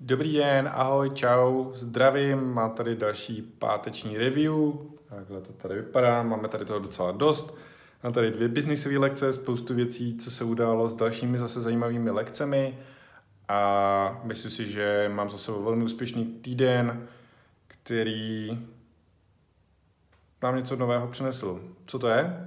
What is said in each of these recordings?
Dobrý den, ahoj, čau, zdravím, mám tady další páteční review, takhle to tady vypadá, máme tady toho docela dost. Mám tady 2 biznisové lekce, spoustu věcí, co se událo s dalšími zase zajímavými lekcemi a myslím si, že mám za sebou velmi úspěšný týden, který nám něco nového přinesl. Co to je?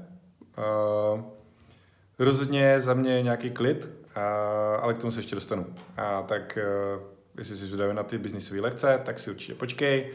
Rozhodně za mě nějaký klid, ale k tomu se ještě dostanu. Tak jestli jsi zvědavý na ty biznisové lekce, tak si určitě počkej.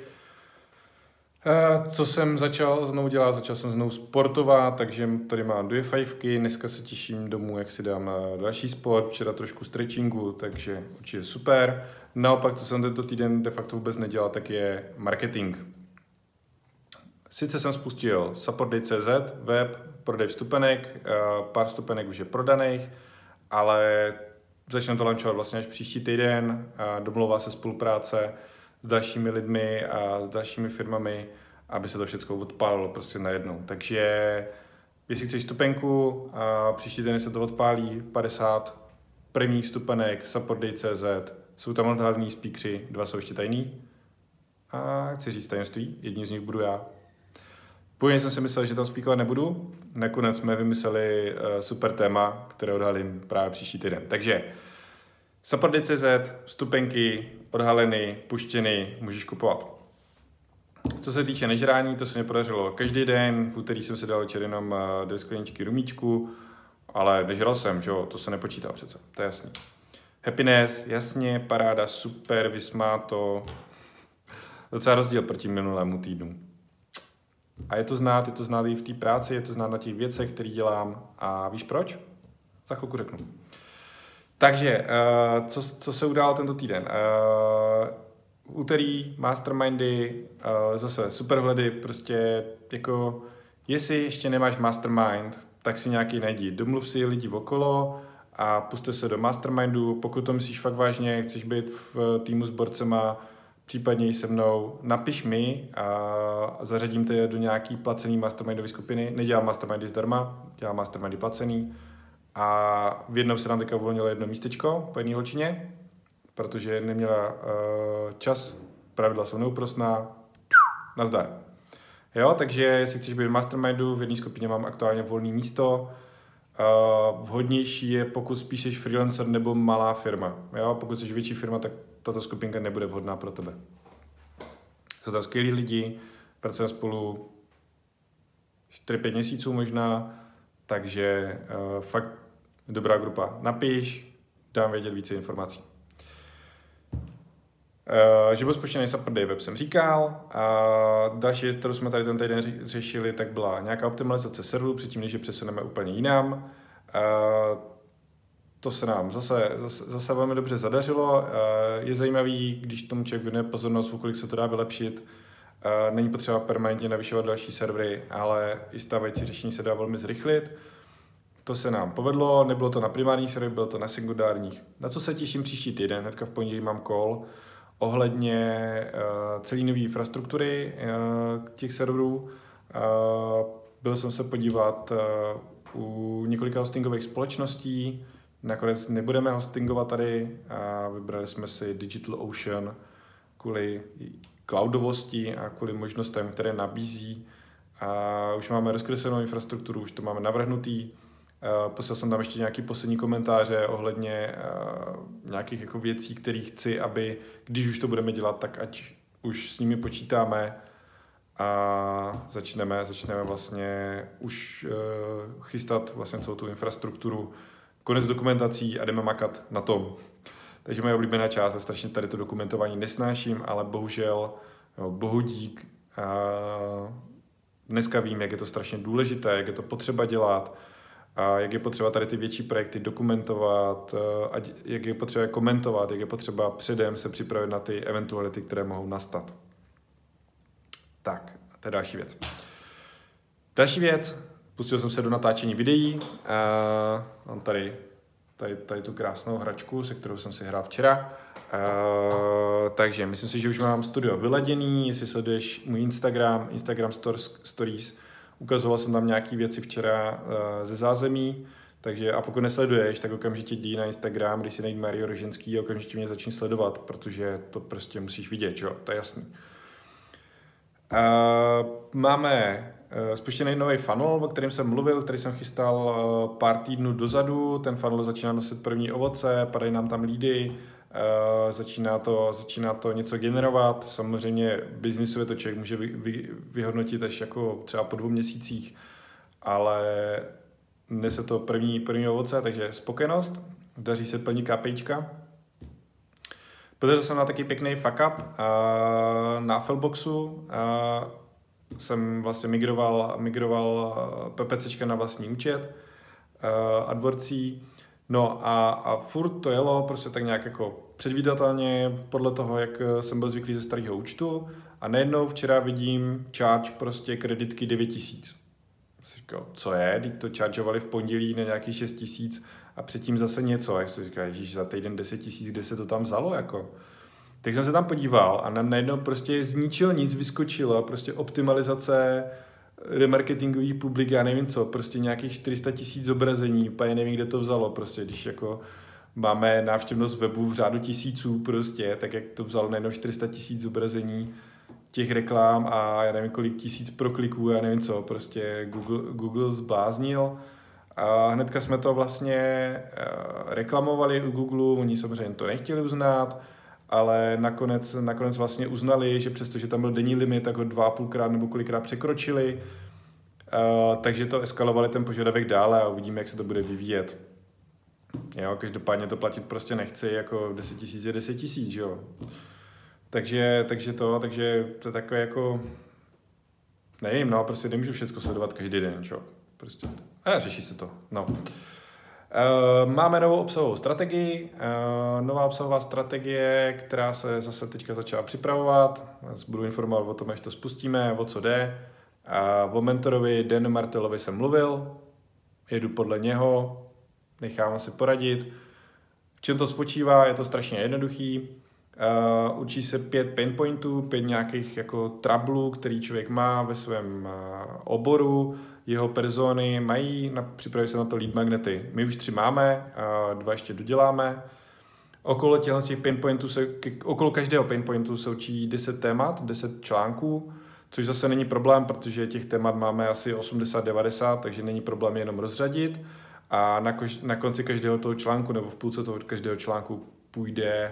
Co jsem začal znovu dělat? Začal jsem znovu sportovat, takže tady mám 2 fajfky, dneska se těším domů, jak si dám další sport, včera trošku stretchingu, takže určitě super. Naopak, co jsem tento týden de facto vůbec nedělal, tak je marketing. Sice jsem spustil Support.cz, web, prodej vstupenek, pár vstupenek už je prodaných, ale začnu to launchovat vlastně až příští týden, domlouvá se spolupráce s dalšími lidmi a s dalšími firmami, aby se to všechno odpálilo prostě najednou. Takže jestli chceš vstupenku, příští týden se to odpálí, 50 prvních vstupenek, Support.cz, jsou tam odhalený speakři, 2 jsou ještě tajný. A chci říct tajemství, jedním z nich budu já. Původně jsem si myslel, že tam speakovat nebudu, nakonec jsme vymysleli super téma, které odhalím právě příští týden. Takže Support.cz, vstupenky, odhaleny, puštěny, můžeš kupovat. Co se týče nežrání, to se mi podařilo každý den, v úterý jsem si dal večer jenom 2 skleničky rumíčku, ale nežral jsem, že jo, to se nepočítá přece, to je jasný. Happiness, jasně, paráda, super, vysmá to. Docela rozdíl proti minulému týdnu. A je to znát i v té práci, je to znát na těch věcech, které dělám. A víš proč? Za chvilku řeknu. Takže, co se událo tento týden? V úterý mastermindy, zase super vhledy, prostě jako, jestli ještě nemáš mastermind, tak si nějaký najdi. Domluv si lidi okolo a puste se do mastermindu. Pokud to myslíš fakt vážně, chceš být v týmu s borcema, případně i se mnou, napiš mi a zařadím tě do nějaký placený mastermindové skupiny. Nedělám mastermindy zdarma, dělám mastermindy placený. A v jednom se nám teďka uvolnilo jedno místečko po jedné holčině, protože neměla čas, pravidla jsou neúprosná, nazdar. Jo, takže jestli chceš být v mastermindu, v jedné skupině mám aktuálně volné místo. Vhodnější je, pokud spíš jsi freelancer nebo malá firma. Jo, pokud jsi větší firma, tak tato skupinka nebude vhodná pro tebe. Jsou tam skvělí lidi, pracujeme spolu 4-5 měsíců možná, takže fakt dobrá grupa. Napiš, dám vědět více informací. Že byl spuštěný Support.day web jsem říkal. Další věc, kterou jsme tady ten týden řešili, tak byla nějaká optimalizace serveru, předtím, než je přesuneme úplně jinam. To se nám zase velmi dobře zadařilo. Je zajímavý, když tomu člověk věnuje pozornost, kolik se to dá vylepšit. Není potřeba permanentně navyšovat další servery, ale i stávající řešení se dá velmi zrychlit. To se nám povedlo, nebylo to na primárních serverech, bylo to na sekundárních. Na co se těším příští týden, hnedka v pondělí mám call ohledně celé nové infrastruktury těch serverů. Byl jsem se podívat u několika hostingových společností, nakonec nebudeme hostingovat tady a vybrali jsme si DigitalOcean kvůli cloudovosti a kvůli možnostem, které nabízí. A už máme rozkreslenou infrastrukturu, už to máme navrhnutý. Poslal jsem tam ještě nějaký poslední komentáře ohledně nějakých jako věcí, které chci, aby když už to budeme dělat, tak ať už s nimi počítáme a začneme vlastně už chystat vlastně celou tu infrastrukturu, konec dokumentací a jdeme makat na tom. Takže moje oblíbená část, a strašně tady to dokumentování nesnáším, ale bohužel, bohu dík, dneska vím, jak je to strašně důležité, jak je to potřeba dělat, a jak je potřeba tady ty větší projekty dokumentovat, jak je potřeba komentovat, jak je potřeba předem se připravit na ty eventuality, které mohou nastat. Tak, to je další věc. Další věc, pustil jsem se do natáčení videí. Mám tady tu krásnou hračku, se kterou jsem si hrál včera. Takže myslím si, že už mám studio vyladěný. Jestli sleduješ můj Instagram Stories, ukazoval jsem tam nějaké věci včera ze zázemí. Takže a pokud nesleduješ, tak okamžitě jdi na Instagram, když si najít Mario Roženský a okamžitě mě začni sledovat, protože to prostě musíš vidět, jo, to je jasný. Máme spuštěný nový funnel, o kterém jsem mluvil, který jsem chystal pár týdnů dozadu. Ten funnel začíná nosit první ovoce, padají nám tam lídy, začíná to něco generovat. Samozřejmě biznisově to člověk může vyhodnotit až jako třeba po 2 měsících, ale nese to první ovoce, takže spokojenost, daří se plní KPIčka. Protože jsem na taky pěkný fuck up na Affleboxu. Jsem vlastně migroval PPCčka na vlastní účet AdWordsí. No a furt to jelo prostě tak nějak jako předvídatelně podle toho, jak jsem byl zvyklý ze starého účtu. A najednou včera vidím charge prostě kreditky 9 000. Říkal, co je? Teď to chargeovali v pondělí na nějakých 6 000 a předtím zase něco. Jak se říká, ježíš, za týden 10 000, kde se to tam vzalo? Jako? Tak jsem se tam podíval a nám najednou prostě z ničeho nic vyskočilo, prostě optimalizace remarketingový publik, já nevím co, prostě nějakých 400 000 zobrazení, úplně nevím, kde to vzalo, prostě když jako máme návštěvnost webu v řádu tisíců prostě, tak jak to vzalo najednou 400 000 zobrazení těch reklám a já nevím kolik tisíc prokliků, já nevím co, prostě Google zbláznil. A hnedka jsme to vlastně reklamovali u Google, oni samozřejmě to nechtěli uznat, ale nakonec vlastně uznali, že přestože tam byl denní limit, tak ho 2,5krát nebo kolikrát překročili, takže to eskalovali ten požadavek dále a uvidíme, jak se to bude vyvíjet. Jo, každopádně to platit prostě nechci, jako 10 000 je 10 000, jo. Takže to je takové jako, nevím, no, prostě nemůžu všechno sledovat každý den, čo. Prostě, řeší se to, no. Máme novou obsahovou strategii, nová obsahová strategie, která se zase teďka začala připravovat. Budu informovat o tom, až to spustíme, o co jde. O mentorovi Dan Martelovi jsem mluvil, jedu podle něho, nechám si poradit. V čem to spočívá, je to strašně jednoduchý. Učí se 5 pain pointů, 5 nějakých jako troublů, který člověk má ve svém oboru, jeho persony mají, připraví se na to lead magnety. My už 3 máme, 2 ještě doděláme. Okolo každého pain pointu se učí 10 témat, 10 článků, což zase není problém, protože těch témat máme asi 80-90, takže není problém jenom rozřadit. A na konci každého toho článku nebo v půlce toho každého článku půjde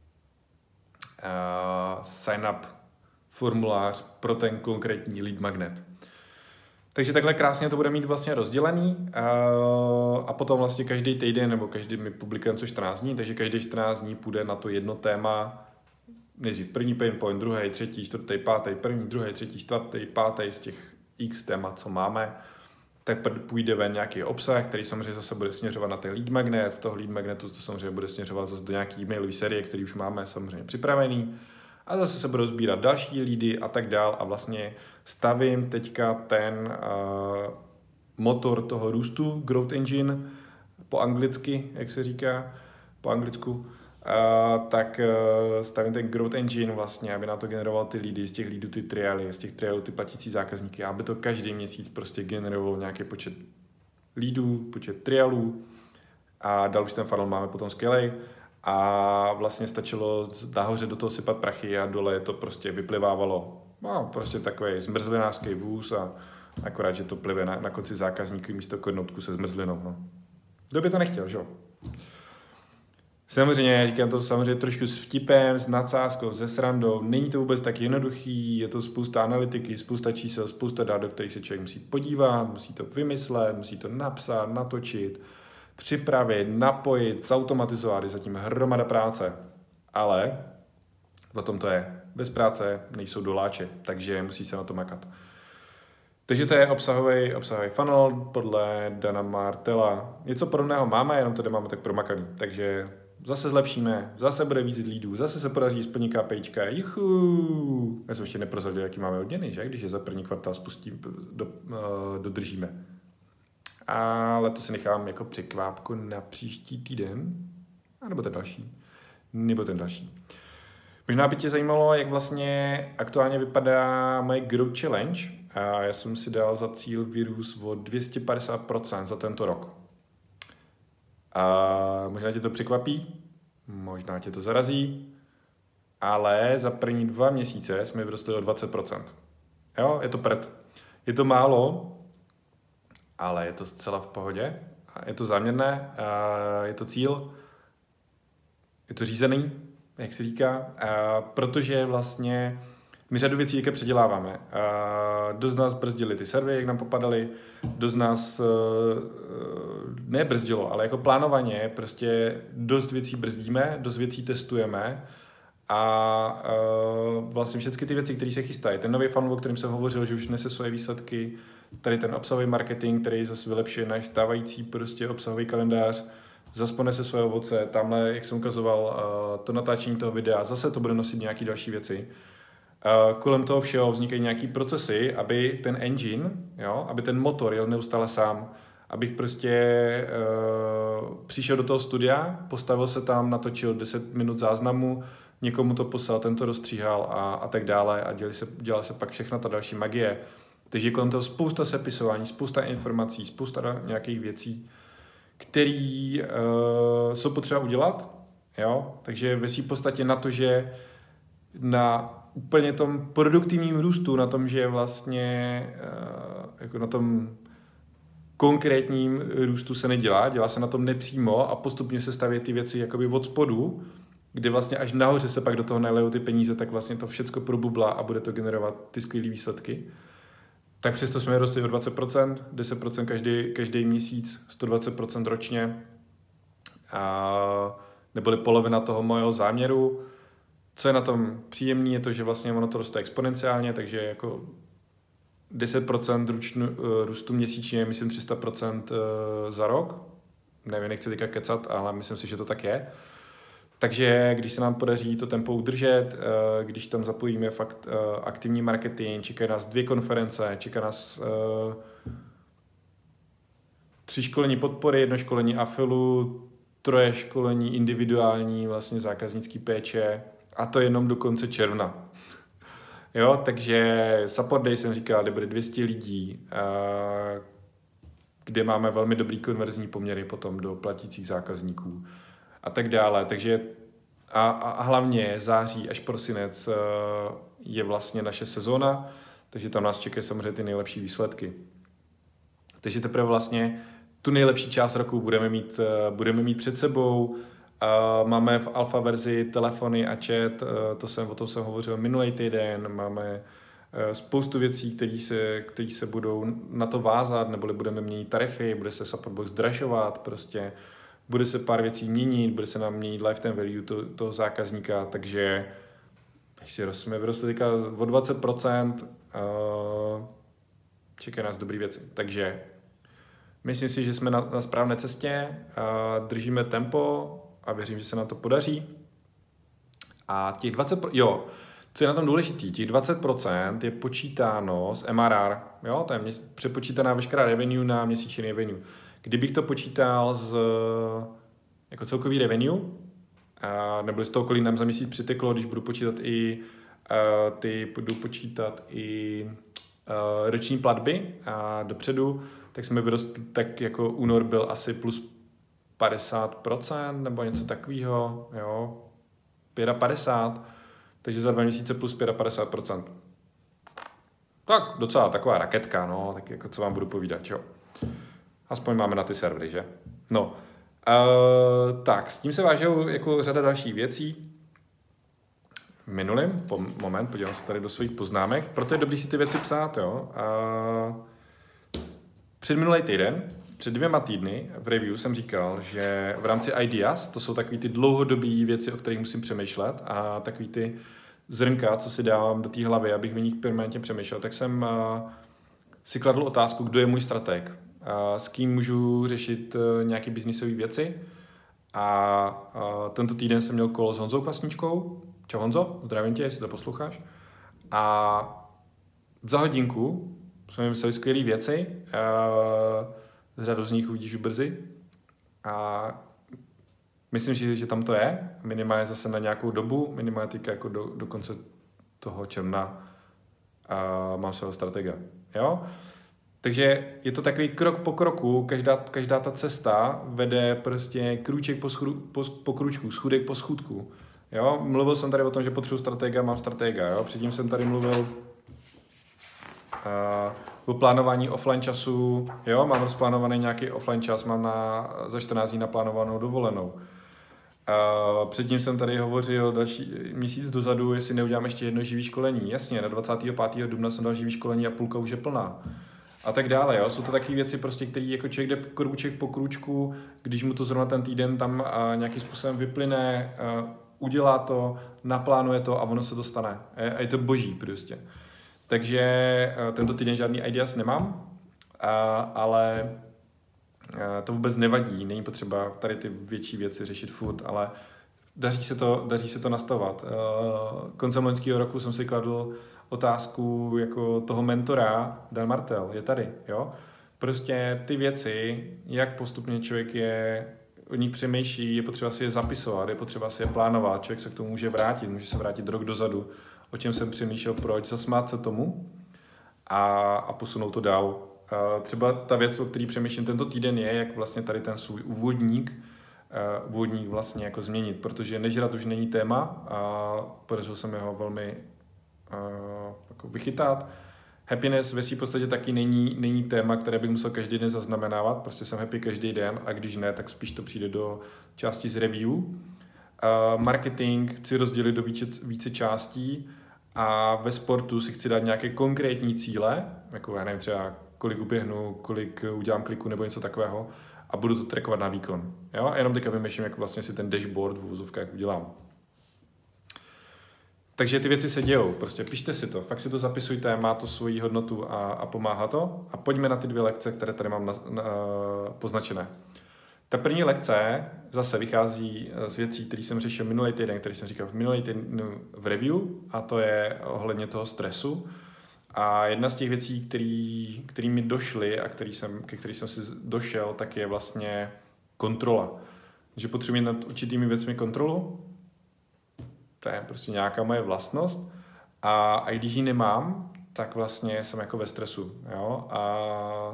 sign up formulář pro ten konkrétní lead magnet. Takže takhle krásně to bude mít vlastně rozdělený a potom vlastně každý týden nebo každý my publikujeme co 14 dní, takže každý 14 dní půjde na to jedno téma, nejdřív první pain point, druhý, třetí, čtvrtý, pátý, první, druhý, třetí, čtvrtý, pátý z těch x témat, co máme, tak půjde ven nějaký obsah, který samozřejmě zase bude směřovat na ten lead magnet, z toho lead magnetu to samozřejmě bude směřovat zase do nějaký e-mailové série, který už máme samozřejmě připravený. A zase se budou sbírat další lídy a tak dál a vlastně stavím teďka ten motor toho růstu, growth engine, po anglicky, jak se říká, po anglicku, tak stavím ten growth engine vlastně, aby na to generoval ty lídy, z těch lídů ty triály, z těch triálů ty platící zákazníky, aby to každý měsíc prostě generovalo nějaký počet lídů, počet triálů a dál už ten funnel máme potom skvělej. A vlastně stačilo nahoře do toho sypat prachy a dole to prostě vyplivávalo. No, prostě takový zmrzlinářský vůz a akorát, že to plive na konci zákazníků místo kornoutku se zmrzlinou. No. Kdo by to nechtěl, že jo? Samozřejmě, říkám to samozřejmě trošku s vtipem, s nadsázkou, se srandou. Není to vůbec tak jednoduchý, je to spousta analytiky, spousta čísel, spousta dát, do kterých se člověk musí podívat, musí to vymyslet, musí to napsat, natočit, připravit, napojit, zautomatizovat, je zatím hromada práce. Ale o tom to je. Bez práce nejsou doláče, takže musí se na to makat. Takže to je obsahový funnel podle Dana Martela. Něco podobného máme, jenom tady máme tak promakaný. Takže zase zlepšíme, zase bude víc lídů, zase se podaří splnit KPIčka. Juhu! Já jsem ještě neprozradil, jaký máme odměny, že? Když je za první kvartál dodržíme. Ale to si nechám jako překvápku na příští týden, nebo ten další. Možná by tě zajímalo, jak vlastně aktuálně vypadá moje Growth Challenge. A já jsem si dal za cíl vyrůst o 250% za tento rok. A možná tě to překvapí, možná tě to zarazí, ale za první 2 měsíce jsme vyrostli o 20%. Jo, je to prd. Je to málo, ale je to zcela v pohodě. Je to záměrné, je to cíl, je to řízený, jak se říká, protože vlastně my řadu věcí jaké předěláváme. Dost nás brzdili ty servery, jak nám popadaly, dost nás nebrzdilo, ale jako plánovaně prostě dost věcí brzdíme, dost věcí testujeme a vlastně všechny ty věci, které se chystají. Ten nový funnel, o kterém jsem hovořil, že už nese svoje výsledky, tady ten obsahový marketing, který zase vylepšuje náš stávající prostě obsahový kalendář, zase ponese své ovoce, tamhle, jak jsem ukazoval, to natáčení toho videa, zase to bude nosit nějaké další věci. Kolem toho všeho vznikají nějaký procesy, aby ten engine, jo, aby ten motor jel neustále sám, abych prostě přišel do toho studia, postavil se tam, natočil 10 minut záznamu, někomu to poslal, ten to rozstříhal a tak dále a dělá se pak všechna ta další magie. Takže je kolem toho spousta sepisování, spousta informací, spousta nějakých věcí, které jsou potřeba udělat. Jo? Takže ve své podstatě na to, že na úplně tom produktivním růstu, na tom, že vlastně jako na tom konkrétním růstu se nedělá, dělá se na tom nepřímo a postupně se staví ty věci jakoby od spodu, kde vlastně až nahoře se pak do toho nalejou ty peníze, tak vlastně to všecko probublá a bude to generovat ty skvělé výsledky. Tak přesto jsme rostli o 20%, 10% každý měsíc, 120% ročně. Neboli polovina toho mojho záměru. Co je na tom příjemné, je to, že vlastně ono to roste exponenciálně, takže jako 10% růstu měsíčně, myslím 300% za rok. Nevím, nechci teďka kecat, ale myslím si, že to tak je. Takže když se nám podaří to tempo udržet, když tam zapojíme fakt aktivní marketing, čekají nás 2 konference, čeká nás 3 školení podpory, 1 školení afilu, 3 školení individuální vlastně zákaznický péče a to jenom do konce června. Jo, takže Support Day jsem říkal, kde bude 200 lidí, kde máme velmi dobrý konverzní poměry potom do platících zákazníků a tak dále. Takže a hlavně září až prosinec je vlastně naše sezóna, takže tam nás čekají samozřejmě ty nejlepší výsledky. Takže teprve vlastně tu nejlepší část roku budeme mít před sebou. Máme v alfa verzi telefony a chat, o tom jsem hovořil minulý týden, máme spoustu věcí, které se budou na to vázat, neboli budeme měnit tarify, bude se Supportbox zdražovat, prostě bude se pár věcí měnit, bude se nám měnit lifetime value toho zákazníka, takže jsme vyrostli teďka o 20%, čekají nás dobré věci. Takže myslím si, že jsme na správné cestě, držíme tempo a věřím, že se nám to podaří. A těch 20%, co je na tom důležitý, těch 20% je počítáno z MRR, jo, to je přepočítaná veškerá revenue na měsíční revenue. Kdybych to počítal jako celkový revenue, nebo z toho, kolik nám za měsíc přiteklo, když budu počítat i roční platby dopředu, tak jsme vyrostli, tak jako únor byl asi plus 50% nebo něco takového, jo, 55, takže za 2 měsíce plus 55%. Tak docela taková raketka, no, tak jako co vám budu povídat, jo. Aspoň máme na ty servery, že? No, tak, s tím se vážou jako řada dalších věcí. Moment, podívám se tady do svých poznámek, proto je dobrý si ty věci psát, jo. Předminulý týden, před 2 týdny v review jsem říkal, že v rámci ideas, to jsou takový ty dlouhodobé věci, o kterých musím přemýšlet a takový ty zrnka, co si dávám do té hlavy, abych v nich permanentně přemýšlel, tak jsem si kladl otázku, kdo je můj strateg, s kým můžu řešit nějaké biznisové věci. A tento týden jsem měl kolo s Honzou Kvasničkou. Čau Honzo, zdravím tě, jestli to posloucháš. A za hodinku jsme mysleli skvělé věci, řadu z nich uvidíš brzy. A myslím si, že tam to je, minimálně zase na nějakou dobu, minimálně teďka jako do konce toho června mám svého stratega. Jo? Takže je to takový krok po kroku, každá ta cesta vede prostě krůček po krůčku, schůdek po schůdku. Jo? Mluvil jsem tady o tom, že potřebuji stratega, mám stratega. Jo? Předtím jsem tady mluvil o plánování offline času. Jo? Mám rozplánovaný nějaký offline čas, mám za 14 dní naplánovanou dovolenou. Předtím jsem tady hovořil další měsíc dozadu, jestli neudělám ještě jedno živý školení. Jasně, na 25. dubna jsem dal živý školení a půlka už je plná. A tak dále, jo. Jsou to takové věci, prostě, které jako člověk jde krůček po krůčku, když mu to zrovna ten týden tam nějakým způsobem vyplyne, udělá to, naplánuje to a ono se to stane. A je to boží prostě. Takže tento týden žádný ideas nemám, ale to vůbec nevadí, není potřeba tady ty větší věci řešit furt, ale daří se to nastavovat. Koncem loňského roku jsem si kladl otázku jako toho mentora, Dan Martel, je tady, jo? Prostě ty věci, jak postupně člověk o nich přemýšlí, je potřeba si je zapisovat, je potřeba si je plánovat, člověk se k tomu může se vrátit rok dozadu, o čem jsem přemýšlel, proč, zasmát se tomu a posunout to dál. Třeba ta věc, o který přemýšlím tento týden je, jak vlastně tady ten svůj úvodník vlastně jako změnit, protože nežrat už není téma a podařilo se mi ho velmi jako vychytat. Happiness ve svým podstatě taky není téma, které bych musel každý den zaznamenávat, prostě jsem happy každý den a když ne, tak spíš to přijde do části z review. Marketing chci rozdělit do více částí a ve sportu si chci dát nějaké konkrétní cíle, jako já nevím, třeba kolik uběhnu, kolik udělám kliku nebo něco takového a budu to trackovat na výkon. Jo? A jenom teďka vymýšlím, jak vlastně si ten dashboard v uvozovkách udělám. Takže ty věci se dějou, prostě pište si to, fakt si to zapisujte, má to svoji hodnotu a pomáhá to. A pojďme na ty 2 lekce, které tady mám poznačené. Ta první lekce zase vychází z věcí, které jsem řešil minulý týden, který jsem říkal v minulý týden v review, a to je ohledně toho stresu. A jedna z těch věcí, které mi došly a ke kterým jsem si došel, tak je vlastně kontrola. Že potřebuji nad určitými věcmi kontrolu, to je prostě nějaká moje vlastnost a když ji nemám, tak vlastně jsem jako ve stresu. Jo? A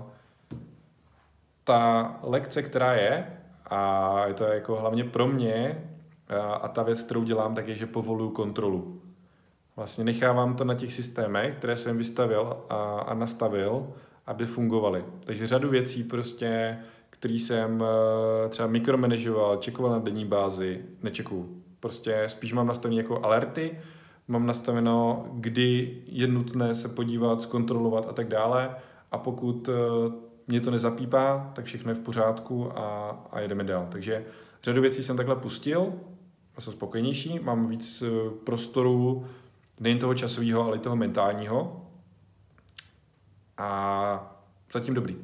ta lekce, která je, a je to jako hlavně pro mě, a ta věc, kterou dělám, tak je, že povoluju kontrolu. Vlastně nechávám to na těch systémech, které jsem vystavil a nastavil, aby fungovaly. Takže řadu věcí prostě, který jsem třeba mikromanažoval, čekoval na denní bázi, nečekuju. Prostě spíš mám nastavené jako alerty, mám nastaveno, kdy je nutné se podívat, zkontrolovat a tak dále. A pokud mě to nezapípá, tak všechno je v pořádku a jedeme dál. Takže řadu věcí jsem takhle pustil a jsem spokojenější, mám víc prostoru, nejen toho časového, ale i toho mentálního. A zatím dobrý.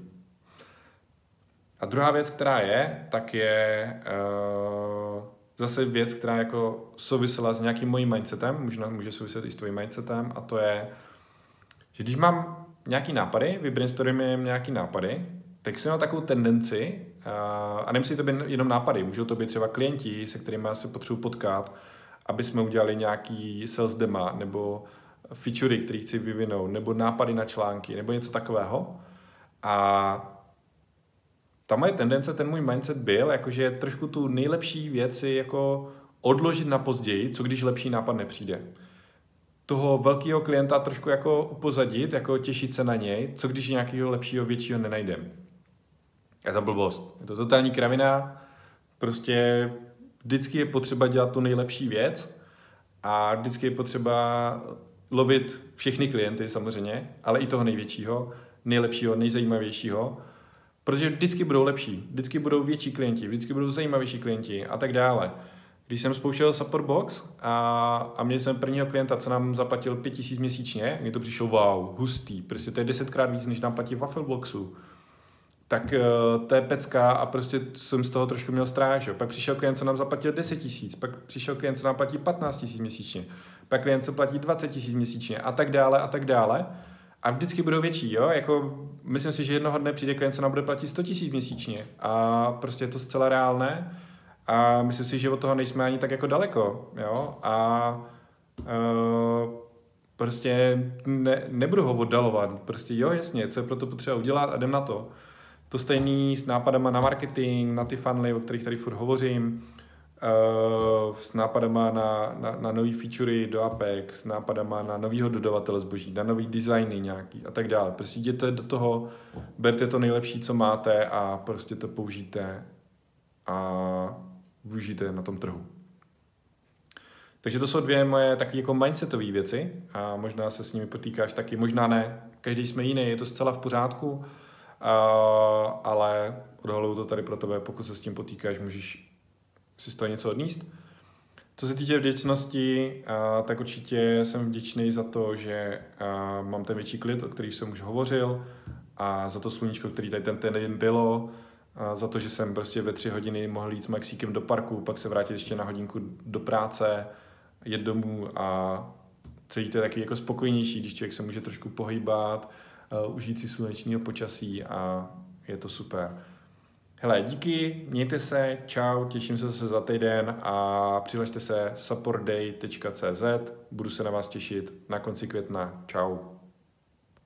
A druhá věc, která je, tak je zase věc, která jako souvisela s nějakým mojím mindsetem, může souviset i s tvojím mindsetem, a to je, že když mám nějaký nápady, vybrainstormujeme nějaký nápady, tak jsem měl takovou tendenci, a nemusí to být jenom nápady, můžou to být třeba klienti, se kterými se potřebuji potkat, aby jsme udělali nějaký sales dema, nebo featurey, který chci vyvinout, nebo nápady na články, nebo něco takového. A ta moje tendence, ten můj mindset byl, jakože trošku tu nejlepší věci jako odložit na později, co když lepší nápad nepřijde. Toho velkého klienta trošku jako upozadit, jako těšit se na něj, co když nějakého lepšího, většího nenajdem. Je to blbost. Je to totální kravina. Prostě vždycky je potřeba dělat tu nejlepší věc a vždycky je potřeba lovit všechny klienty samozřejmě, ale i toho největšího, nejlepšího, nejzajímavějšího, protože vždycky budou lepší, vždycky budou větší klienti, vždycky budou zajímavější klienti a tak dále. Když jsem spouštěl Support Box a měli jsme prvního klienta, co nám zaplatil 5 000 měsíčně, mně to přišlo wow, hustý, prostě to je 10krát víc, než nám platí Waffleboxu. Tak to je pecka a prostě jsem z toho trošku měl strach. Pak přišel klient, co nám zaplatil 10 000, pak přišel klient, co nám platí 15 000 měsíčně, pak klient, co platí 20 000 měsíčně a tak dále a tak dále. A vždycky budou větší, jo? Jako, myslím si, že jednoho dne přijde klient, co nám bude platit 100 000 měsíčně a prostě je to zcela reálné a myslím si, že od toho nejsme ani tak jako daleko, jo? A prostě nebudu ho oddalovat. Prostě jo, jasně, co je pro to potřeba udělat a jdem na to. To stejný s nápadama na marketing, na ty funnely, o kterých tady furt hovořím, s nápadama na nový featurey do Apex, s nápadama na novýho dodavatele zboží, na nový designy nějaký a tak dále. Prostě jděte do toho, berte to nejlepší, co máte a prostě to použijte a využijte na tom trhu. Takže to jsou dvě moje taky jako mindsetové věci a možná se s nimi potýkáš taky, možná ne. Každý jsme jiný, je to zcela v pořádku, ale odhaluju to tady pro tebe, pokud se s tím potýkáš, můžeš si z toho něco odníst. Co se týče vděčnosti, tak určitě jsem vděčný za to, že mám ten větší klid, o který jsem už hovořil, a za to sluníčko, který tady ten den bylo, za to, že jsem prostě ve 3 hodiny mohl jít s Maxíkem do parku, pak se vrátit ještě na hodinku do práce, jet domů a celý to je taky jako spokojnější, když člověk se může trošku pohýbat, užít si slunečného počasí a je to super. Hele, díky, mějte se, čau, těším se zase za týden a přihlašte se supportday.cz, budu se na vás těšit na konci května, čau.